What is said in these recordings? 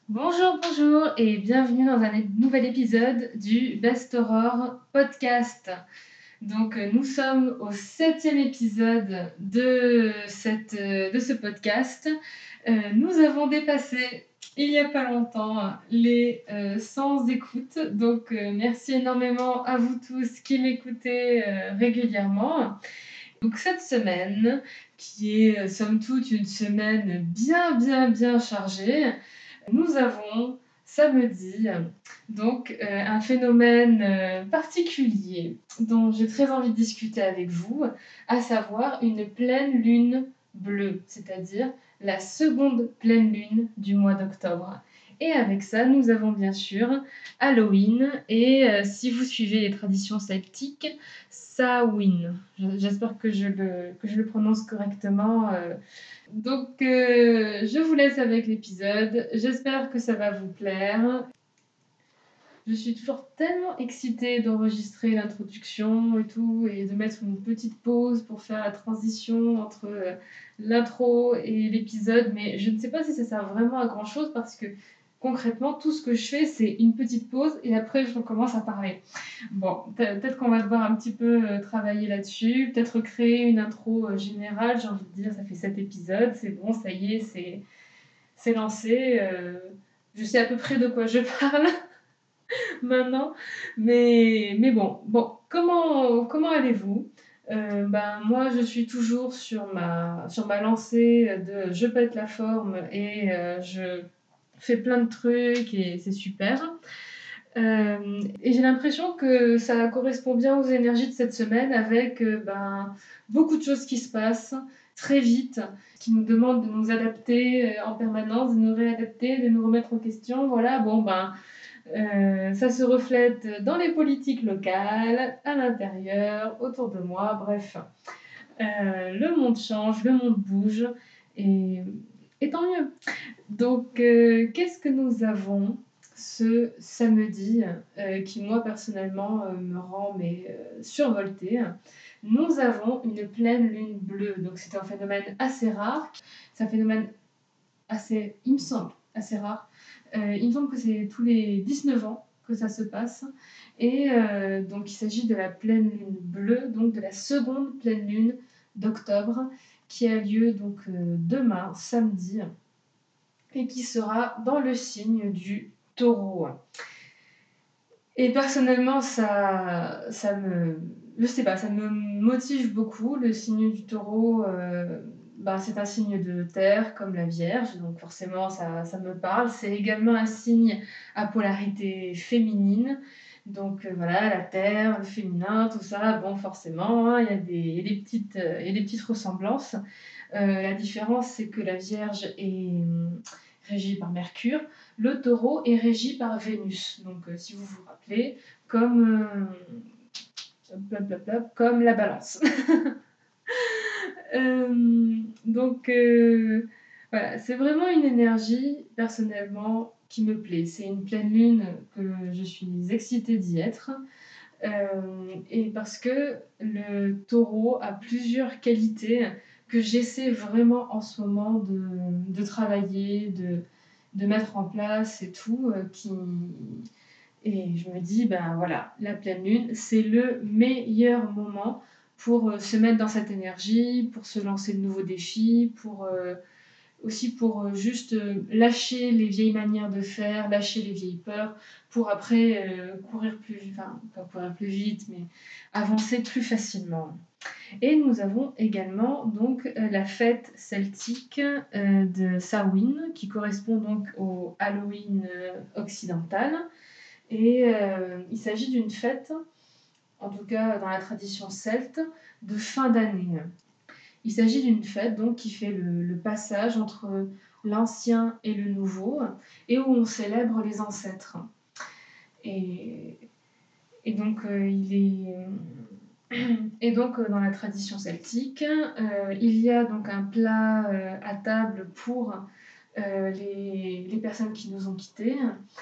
Bonjour, bonjour et bienvenue dans un nouvel épisode du Best Aurore podcast. Donc nous sommes au 7e épisode de ce podcast. Nous avons dépassé il n'y a pas longtemps les 100 écoutes. Donc merci énormément à vous tous qui m'écoutez régulièrement. Donc cette semaine, qui est somme toute une semaine bien chargée, nous avons samedi donc un phénomène particulier dont j'ai très envie de discuter avec vous, à savoir une pleine lune bleue, c'est-à-dire la seconde pleine lune du mois d'octobre. Et avec ça, nous avons bien sûr Halloween et si vous suivez les traditions celtiques, Samhain. J'espère que je le prononce correctement. Donc, je vous laisse avec l'épisode. J'espère que ça va vous plaire. Je suis toujours tellement excitée d'enregistrer l'introduction et tout, et de mettre une petite pause pour faire la transition entre l'intro et l'épisode, mais je ne sais pas si ça sert vraiment à grand chose parce que concrètement, tout ce que je fais, c'est une petite pause et après je recommence à parler. Bon, peut-être qu'on va devoir un petit peu travailler là-dessus, peut-être créer une intro générale, j'ai envie de dire, ça fait 7 épisodes, c'est bon, ça y est, c'est lancé. Je sais à peu près de quoi je parle maintenant. Mais bon, comment allez-vous? Moi, je suis toujours sur ma lancée de je pète la forme et je fais plein de trucs et c'est super. Et j'ai l'impression que ça correspond bien aux énergies de cette semaine avec beaucoup de choses qui se passent très vite, qui nous demandent de nous adapter en permanence, de nous réadapter, de nous remettre en question. Voilà, ça se reflète dans les politiques locales, à l'intérieur, autour de moi, bref. Le monde change, le monde bouge, et, et tant mieux. Donc, qu'est-ce que nous avons ce samedi qui, moi, personnellement, me rend survoltée? Nous avons une pleine lune bleue, donc c'est un phénomène assez rare. C'est un phénomène assez, il me semble, assez rare. Il me semble que c'est tous les 19 ans que ça se passe. Et donc, il s'agit de la pleine lune bleue, donc de la seconde pleine lune d'octobre, qui a lieu donc demain, samedi, et qui sera dans le signe du taureau. Et personnellement, je sais pas, ça me motive beaucoup. Le signe du taureau, c'est un signe de terre comme la Vierge, donc forcément ça me parle. C'est également un signe à polarité féminine, donc voilà, la terre, le féminin, tout ça, bon forcément, hein, il y a des petites ressemblances. La différence, c'est que la Vierge est régie par Mercure, le taureau est régi par Vénus. Donc, si vous vous rappelez, comme, comme la balance. Donc, voilà, c'est vraiment une énergie, personnellement, qui me plaît. C'est une pleine lune que je suis excitée d'y être. Et parce que le taureau a plusieurs qualités que j'essaie vraiment en ce moment de travailler, de mettre en place et tout, et je me dis, ben voilà, la pleine lune, c'est le meilleur moment pour se mettre dans cette énergie, pour se lancer de nouveaux défis, aussi pour juste lâcher les vieilles manières de faire, lâcher les vieilles peurs, pour après pas courir plus vite, mais avancer plus facilement. Et nous avons également donc la fête celtique de Samhain, qui correspond donc au Halloween occidental. Et il s'agit d'une fête, en tout cas dans la tradition celte, de fin d'année. Il s'agit d'une fête donc qui fait le passage entre l'ancien et le nouveau, et où on célèbre les ancêtres. Et, et donc et donc dans la tradition celtique, il y a donc un plat à table pour les personnes qui nous ont quittés.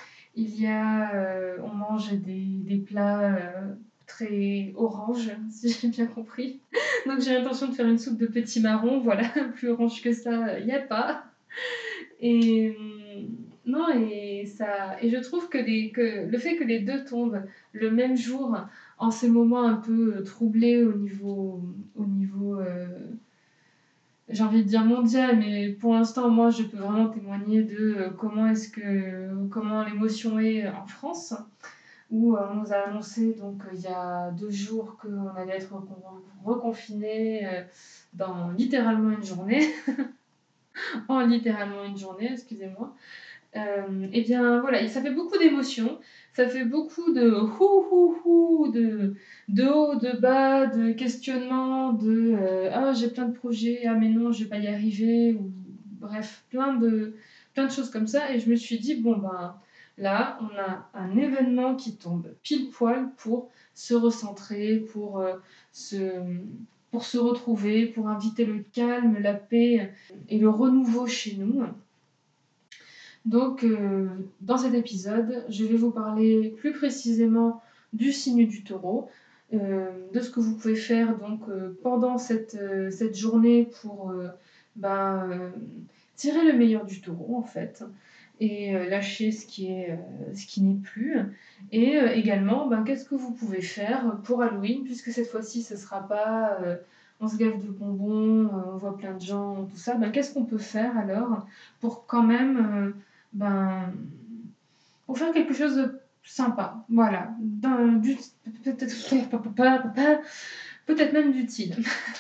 On mange des plats très orange, si j'ai bien compris. Donc j'ai l'intention de faire une soupe de petits marrons, voilà, plus orange que ça, il n'y a pas. Et et je trouve que le fait que les deux tombent le même jour, en ces moments un peu troublés au niveau j'ai envie de dire mondial, mais pour l'instant, moi, je peux vraiment témoigner de comment l'émotion est en France, où on nous a annoncé donc il y a 2 jours qu'on allait être reconfinés dans littéralement une journée, en littéralement une journée, excusez-moi. Et bien voilà, et ça fait beaucoup d'émotions, ça fait beaucoup de de haut, de bas, de questionnements, ah j'ai plein de projets, ah mais non je vais pas y arriver, ou bref, plein de choses comme ça. Et je me suis dit, bon ben là, on a un événement qui tombe pile poil pour se recentrer, se, pour se retrouver, pour inviter le calme, la paix et le renouveau chez nous. Donc, dans cet épisode, je vais vous parler plus précisément du signe du taureau, de ce que vous pouvez faire donc, pendant cette journée pour tirer le meilleur du taureau en fait, et lâcher ce qui n'est plus. Et également, qu'est-ce que vous pouvez faire pour Halloween, puisque cette fois-ci, ce ne sera pas on se gave de bonbons, on voit plein de gens, tout ça. Qu'est-ce qu'on peut faire alors pour quand même... ben, pour faire quelque chose de sympa, voilà, peut-être même d'utile.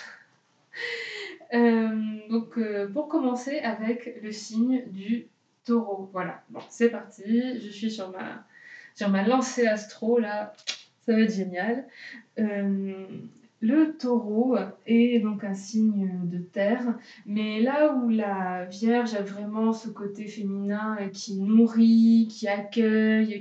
Donc, pour commencer avec le signe du taureau, voilà, bon, c'est parti, je suis sur ma lancée astro, là, ça va être génial. Le taureau est donc un signe de terre, mais là où la Vierge a vraiment ce côté féminin qui nourrit, qui accueille,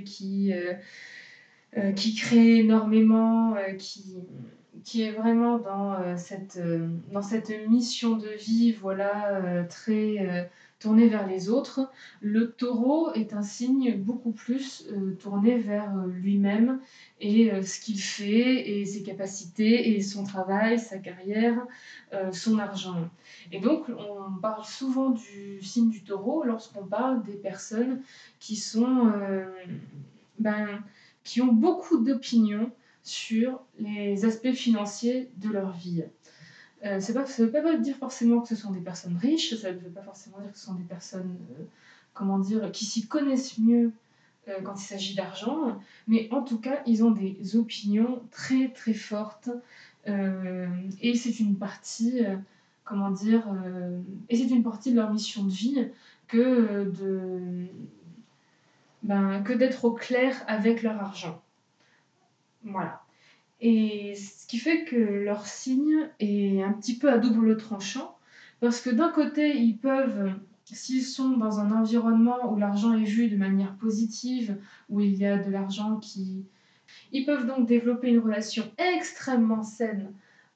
qui crée énormément, qui est vraiment dans cette mission de vie, voilà, très tournée vers les autres. Le taureau est un signe beaucoup plus tourné vers lui-même et ce qu'il fait, et ses capacités, et son travail, sa carrière, son argent. Et donc, on parle souvent du signe du taureau lorsqu'on parle des personnes qui sont... qui ont beaucoup d'opinions sur les aspects financiers de leur vie. Ça ne veut pas dire forcément que ce sont des personnes riches, ça ne veut pas forcément dire que ce sont des personnes qui s'y connaissent mieux quand il s'agit d'argent, mais en tout cas, ils ont des opinions très très fortes, et c'est une partie, et c'est une partie de leur mission de vie que d'être au clair avec leur argent. Voilà. Et ce qui fait que leur signe est un petit peu à double tranchant, parce que d'un côté, ils peuvent, s'ils sont dans un environnement où l'argent est vu de manière positive, où il y a de l'argent ils peuvent donc développer une relation extrêmement saine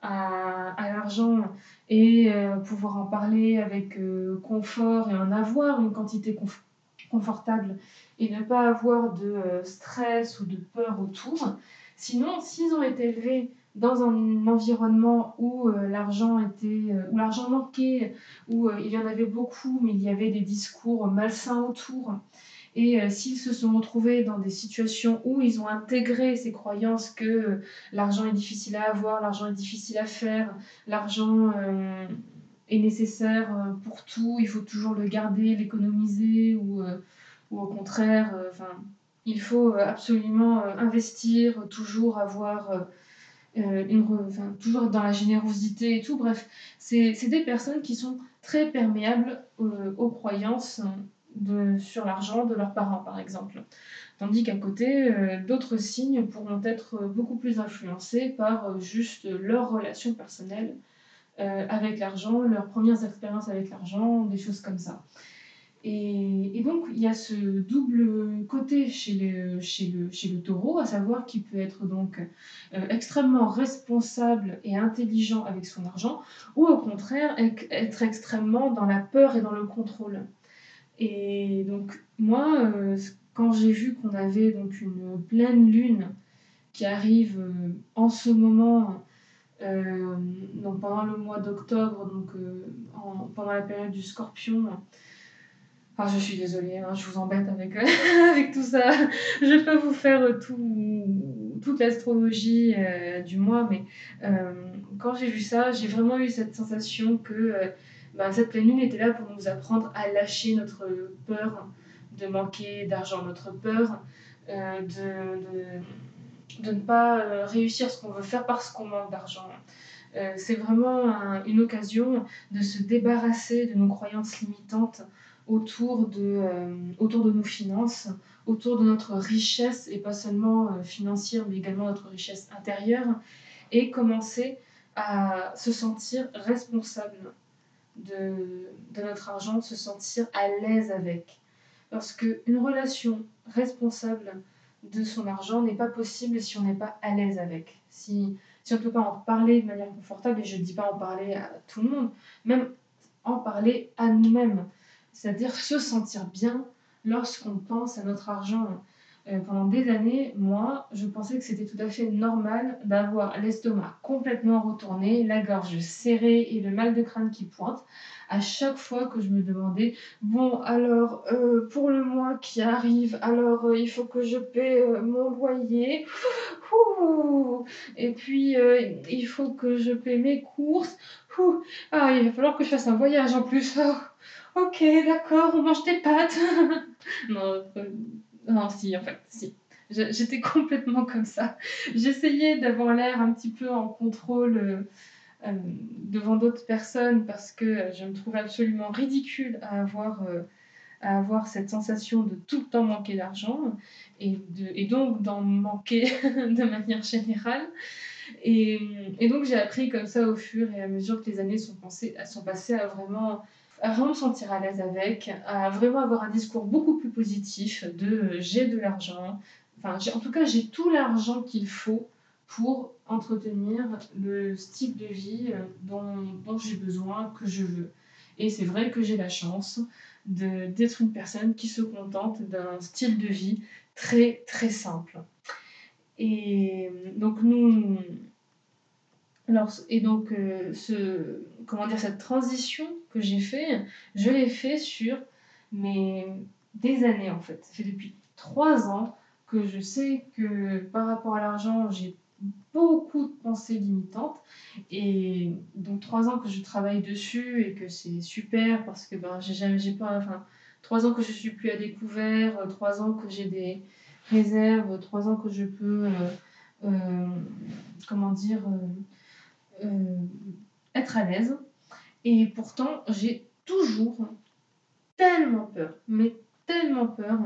à l'argent, et pouvoir en parler avec confort et en avoir une quantité confortable, et ne pas avoir de stress ou de peur autour. Sinon, s'ils ont été élevés dans un environnement où où l'argent manquait, où il y en avait beaucoup, mais il y avait des discours malsains autour, et s'ils se sont retrouvés dans des situations où ils ont intégré ces croyances que l'argent est difficile à avoir, l'argent est difficile à faire, l'argent est nécessaire pour tout, il faut toujours le garder, l'économiser, ou au contraire, il faut absolument investir, toujours avoir toujours être dans la générosité et tout. Bref, c'est des personnes qui sont très perméables aux croyances sur l'argent de leurs parents, par exemple. Tandis qu'à côté, d'autres signes pourront être beaucoup plus influencés par juste leur relation personnelle avec l'argent, leurs premières expériences avec l'argent, des choses comme ça. Et donc, il y a ce double côté chez le taureau, à savoir qu'il peut être donc extrêmement responsable et intelligent avec son argent, ou au contraire être extrêmement dans la peur et dans le contrôle. Et donc, moi, quand j'ai vu qu'on avait donc une pleine lune qui arrive en ce moment, donc pendant le mois d'octobre, donc pendant la période du Scorpion, Enfin, je suis désolée, hein, je vous embête avec, avec tout ça. Je peux vous faire toute l'astrologie du mois, mais quand j'ai vu ça, j'ai vraiment eu cette sensation que cette pleine lune était là pour nous apprendre à lâcher notre peur de manquer d'argent, notre peur de ne pas réussir ce qu'on veut faire parce qu'on manque d'argent. C'est vraiment une occasion de se débarrasser de nos croyances limitantes autour de nos finances, autour de notre richesse, et pas seulement financière, mais également notre richesse intérieure, et commencer à se sentir responsable de notre argent, se sentir à l'aise avec. Parce qu'une relation responsable de son argent n'est pas possible si on n'est pas à l'aise avec. Si on ne peut pas en parler de manière confortable, et je ne dis pas en parler à tout le monde, même en parler à nous-mêmes. C'est-à-dire se sentir bien lorsqu'on pense à notre argent. Pendant des années, moi, je pensais que c'était tout à fait normal d'avoir l'estomac complètement retourné, la gorge serrée et le mal de crâne qui pointe à chaque fois que je me demandais bon, alors, pour le mois qui arrive, alors il faut que je paie mon loyer. Ouh, et puis, il faut que je paie mes courses. Ouh, ah, il va falloir que je fasse un voyage en plus. Oh, ok, d'accord, on mange des pâtes. Non, non, si, en fait, si. J'étais complètement comme ça. J'essayais d'avoir l'air un petit peu en contrôle devant d'autres personnes parce que je me trouvais absolument ridicule à avoir cette sensation de tout le temps manquer d'argent et donc d'en manquer de manière générale. Et donc j'ai appris comme ça au fur et à mesure que les années sont passées à vraiment me sentir à l'aise avec, à vraiment avoir un discours beaucoup plus positif de j'ai de l'argent, enfin en tout cas j'ai tout l'argent qu'il faut pour entretenir le style de vie dont j'ai besoin, que je veux. Et c'est vrai que j'ai la chance d'être une personne qui se contente d'un style de vie très très simple. Et donc comment dire, cette transition que j'ai fait, je l'ai fait sur des années en fait. Ça fait depuis 3 ans que je sais que par rapport à l'argent, j'ai beaucoup de pensées limitantes. Et donc 3 ans que je travaille dessus et que c'est super parce que j'ai pas, enfin, 3 ans que je suis plus à découvert, 3 ans que j'ai des réserves, 3 ans que je peux, comment dire, euh, être à l'aise. Et pourtant, j'ai toujours tellement peur, mais tellement peur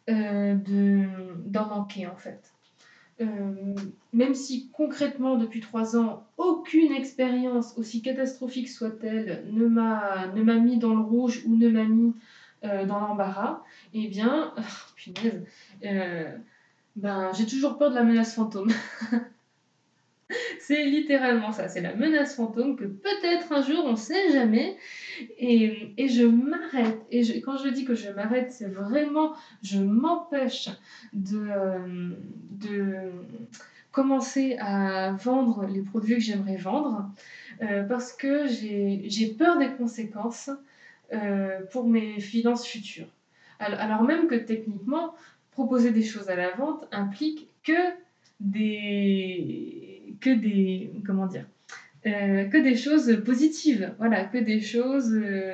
d'en manquer en fait. Même si concrètement depuis 3 ans, aucune expérience, aussi catastrophique soit-elle, ne m'a mis dans le rouge ou ne m'a mis dans l'embarras, eh bien, punaise, j'ai toujours peur de la menace fantôme. C'est littéralement ça, c'est la menace fantôme que peut-être un jour, on ne sait jamais, et je m'arrête. Quand je dis que je m'arrête, c'est vraiment, je m'empêche de commencer à vendre les produits que j'aimerais vendre parce que j'ai peur des conséquences pour mes finances futures. Alors même que techniquement, proposer des choses à la vente implique comment dire, que des choses positives, voilà, que des choses,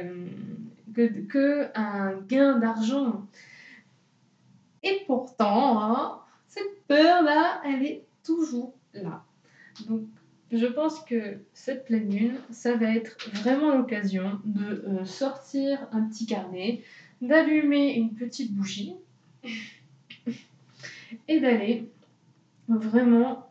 que un gain d'argent. Et pourtant, hein, cette peur-là, elle est toujours là. Donc, je pense que cette pleine lune, ça va être vraiment l'occasion de sortir un petit carnet, d'allumer une petite bougie et d'aller vraiment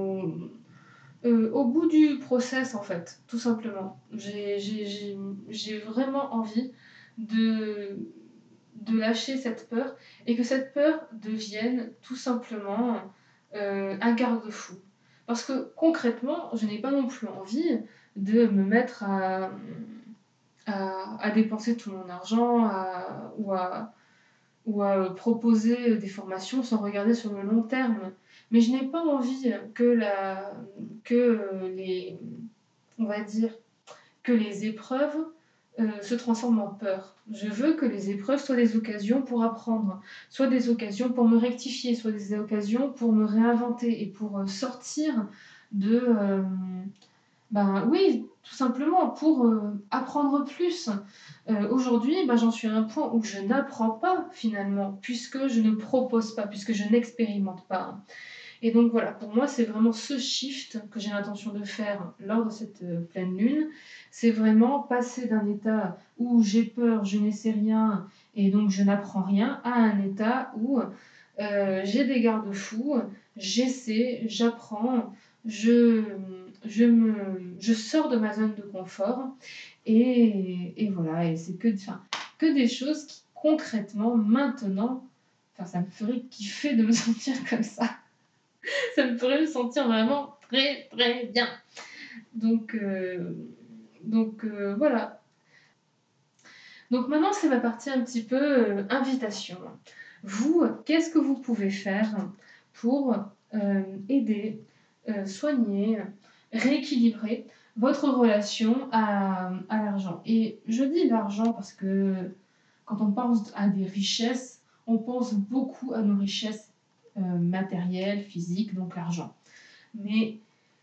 au bout du process, en fait, tout simplement. J'ai vraiment envie de, de lâcher cette peur et que cette peur devienne tout simplement un garde-fou. Parce que concrètement, je n'ai pas non plus envie de me mettre à dépenser tout mon argent ou à proposer des formations sans regarder sur le long terme. Mais je n'ai pas envie que les, on va dire, que les épreuves se transforment en peur. Je veux que les épreuves soient des occasions pour apprendre, soit des occasions pour me rectifier, soit des occasions pour me réinventer et pour sortir de... oui, tout simplement pour apprendre plus. Aujourd'hui, j'en suis à un point où je n'apprends pas finalement, puisque je ne propose pas, puisque je n'expérimente pas. Et donc voilà, pour moi, c'est vraiment ce shift que j'ai l'intention de faire lors de cette pleine lune. C'est vraiment passer d'un état où j'ai peur, je ne sais rien, et donc je n'apprends rien, à un état où j'ai des garde-fous, j'essaie, j'apprends, je, je sors de ma zone de confort. Et voilà, et c'est que des choses qui concrètement, maintenant, ça me ferait kiffer de me sentir comme ça. Ça me ferait me sentir vraiment très très bien. Donc, voilà. Donc maintenant, c'est ma partie un petit peu invitation. Vous, qu'est-ce que vous pouvez faire pour aider, soigner, rééquilibrer votre relation à l'argent? Et je dis l'argent parce que quand on pense à des richesses, on pense beaucoup à nos richesses matérielles, physiques, donc l'argent. Mais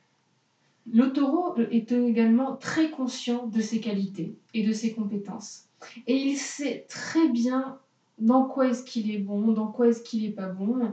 le taureau est également très conscient de ses qualités et de ses compétences. Et il sait très bien dans quoi est-ce qu'il est bon, dans quoi est-ce qu'il n'est pas bon.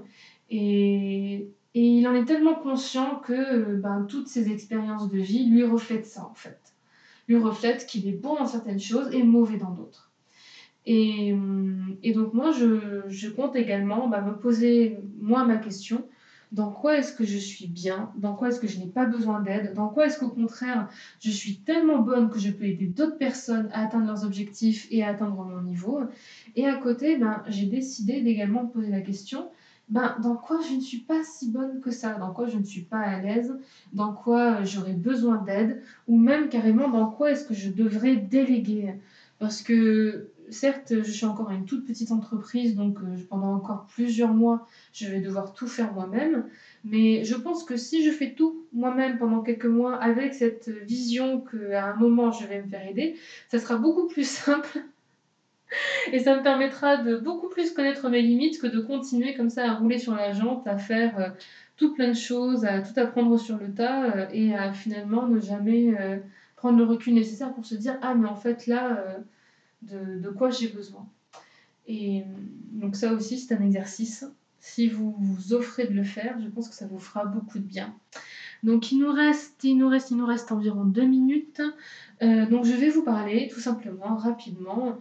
Et il en est tellement conscient que toutes ses expériences de vie lui reflètent ça en fait. Lui reflètent qu'il est bon dans certaines choses et mauvais dans d'autres. Et donc moi, je compte également me poser moi ma question. Dans quoi est-ce que je suis bien? Dans quoi est-ce que je n'ai pas besoin d'aide? Dans quoi est-ce qu'au contraire, je suis tellement bonne que je peux aider d'autres personnes à atteindre leurs objectifs et à atteindre mon niveau? Et à côté, j'ai décidé d'également me poser la question, dans quoi je ne suis pas si bonne que ça? Dans quoi je ne suis pas à l'aise? Dans quoi j'aurais besoin d'aide? Ou même carrément, dans quoi est-ce que je devrais déléguer? Parce que certes, je suis encore à une toute petite entreprise, donc pendant encore plusieurs mois, je vais devoir tout faire moi-même. Mais je pense que si je fais tout moi-même pendant quelques mois avec cette vision qu'à un moment, je vais me faire aider, ça sera beaucoup plus simple et ça me permettra de beaucoup plus connaître mes limites que de continuer comme ça à rouler sur la jante, à faire tout plein de choses, à tout apprendre sur le tas et à finalement ne jamais prendre le recul nécessaire pour se dire ah mais en fait là de quoi j'ai besoin. Et donc ça aussi c'est un exercice. Si vous vous offrez de le faire, je pense que ça vous fera beaucoup de bien. Donc il nous reste environ 2 minutes. Donc je vais vous parler tout simplement, rapidement,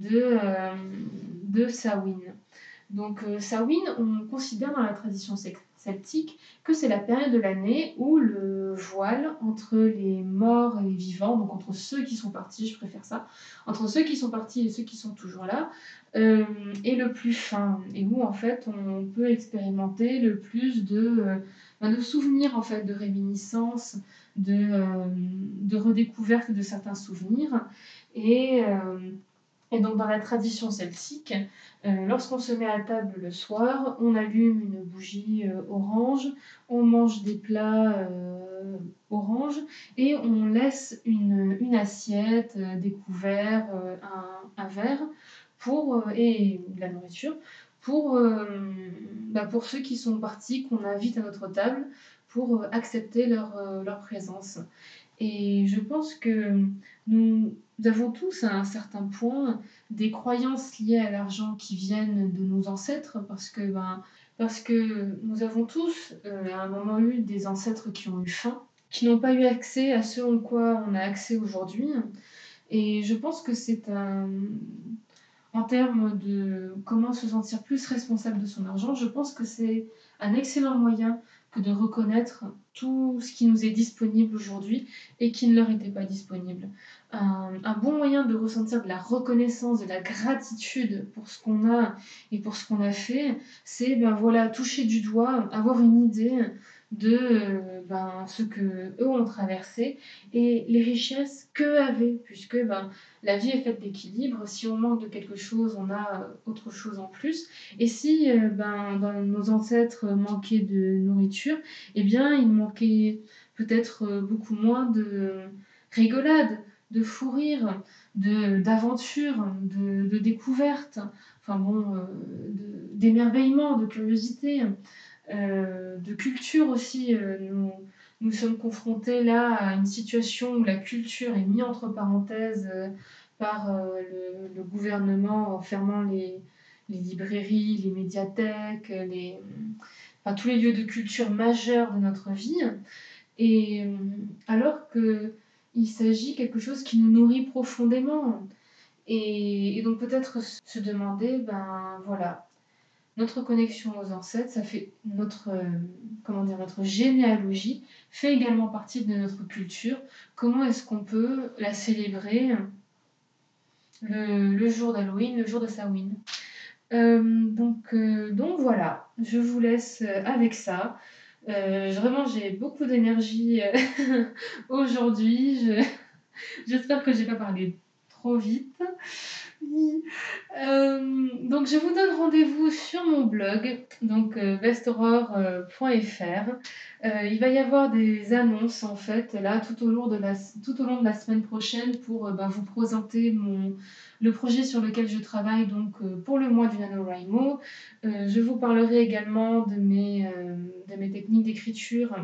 de Samhain. Donc Samhain, on considère dans la tradition celtique que c'est la période de l'année où le voile entre les morts et les vivants, donc entre ceux qui sont partis, je préfère ça, entre ceux qui sont partis et ceux qui sont toujours là, est le plus fin et où en fait on peut expérimenter le plus de souvenirs en fait, de réminiscences, de redécouverte de certains souvenirs et donc dans la tradition celtique, lorsqu'on se met à table le soir, on allume une bougie orange, on mange des plats orange et on laisse une assiette, des couverts, un verre et de la nourriture pour ceux qui sont partis, qu'on invite à notre table pour accepter leur présence. Et je pense que nous avons tous à un certain point des croyances liées à l'argent qui viennent de nos ancêtres parce que nous avons tous à un moment eu des ancêtres qui ont eu faim, qui n'ont pas eu accès à ce en quoi on a accès aujourd'hui. Et je pense que en termes de comment se sentir plus responsable de son argent, je pense que c'est un excellent moyen que de reconnaître tout ce qui nous est disponible aujourd'hui et qui ne leur était pas disponible. Un bon moyen de ressentir de la reconnaissance, de la gratitude pour ce qu'on a et pour ce qu'on a fait, c'est toucher du doigt, avoir une idée de ce que eux ont traversé et les richesses qu'eux avaient, puisque la vie est faite d'équilibre. Si on manque de quelque chose, on a autre chose en plus. Et si nos ancêtres manquaient de nourriture, eh bien, il manquait peut-être beaucoup moins de rigolade, de fou rire, d'aventure, de découverte, enfin bon, d'émerveillement, de curiosité, de culture aussi. Nous sommes confrontés là à une situation où la culture est mise entre parenthèses par le gouvernement en fermant les librairies, les médiathèques, enfin, tous les lieux de culture majeurs de notre vie. Et alors qu'il s'agit de quelque chose qui nous nourrit profondément. Et donc peut-être se demander, ben voilà, notre connexion aux ancêtres, ça fait notre généalogie fait également partie de notre culture. Comment est-ce qu'on peut la célébrer le jour d'Halloween, le jour de Samhain? Donc voilà, je vous laisse avec ça. Vraiment, j'ai beaucoup d'énergie aujourd'hui. J'espère que j'ai pas parlé trop vite. Oui. Donc je vous donne rendez-vous sur mon blog, donc bestaurore.fr. Il va y avoir des annonces en fait là tout au long de la semaine prochaine pour vous présenter le projet sur lequel je travaille donc pour le mois du NaNoWriMo. Je vous parlerai également de mes techniques d'écriture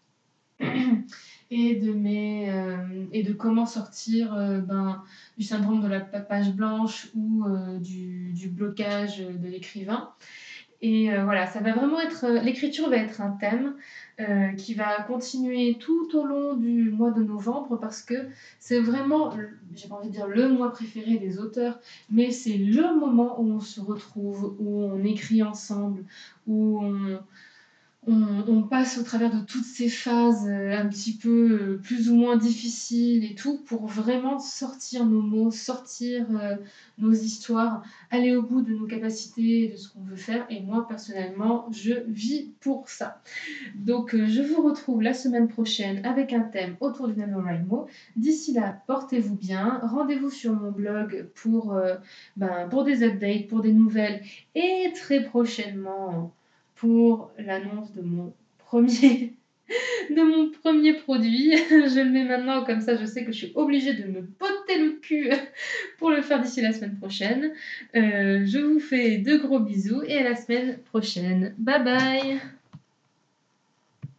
et de comment sortir du syndrome de la page blanche ou du blocage de l'écrivain. Et voilà, ça va vraiment être... l'écriture va être un thème qui va continuer tout au long du mois de novembre parce que c'est vraiment, j'ai pas envie de dire le mois préféré des auteurs, mais c'est le moment où on se retrouve, où on écrit ensemble, où on passe au travers de toutes ces phases un petit peu plus ou moins difficiles et tout pour vraiment sortir nos mots, sortir nos histoires, aller au bout de nos capacités, de ce qu'on veut faire. Et moi, personnellement, je vis pour ça. Donc, je vous retrouve la semaine prochaine avec un thème autour du NaNoWriMo. D'ici là, portez-vous bien. Rendez-vous sur mon blog pour des updates, pour des nouvelles et très prochainement pour l'annonce de mon premier produit. Je le mets maintenant, comme ça je sais que je suis obligée de me botter le cul pour le faire d'ici la semaine prochaine. Je vous fais de gros bisous et à la semaine prochaine. Bye bye!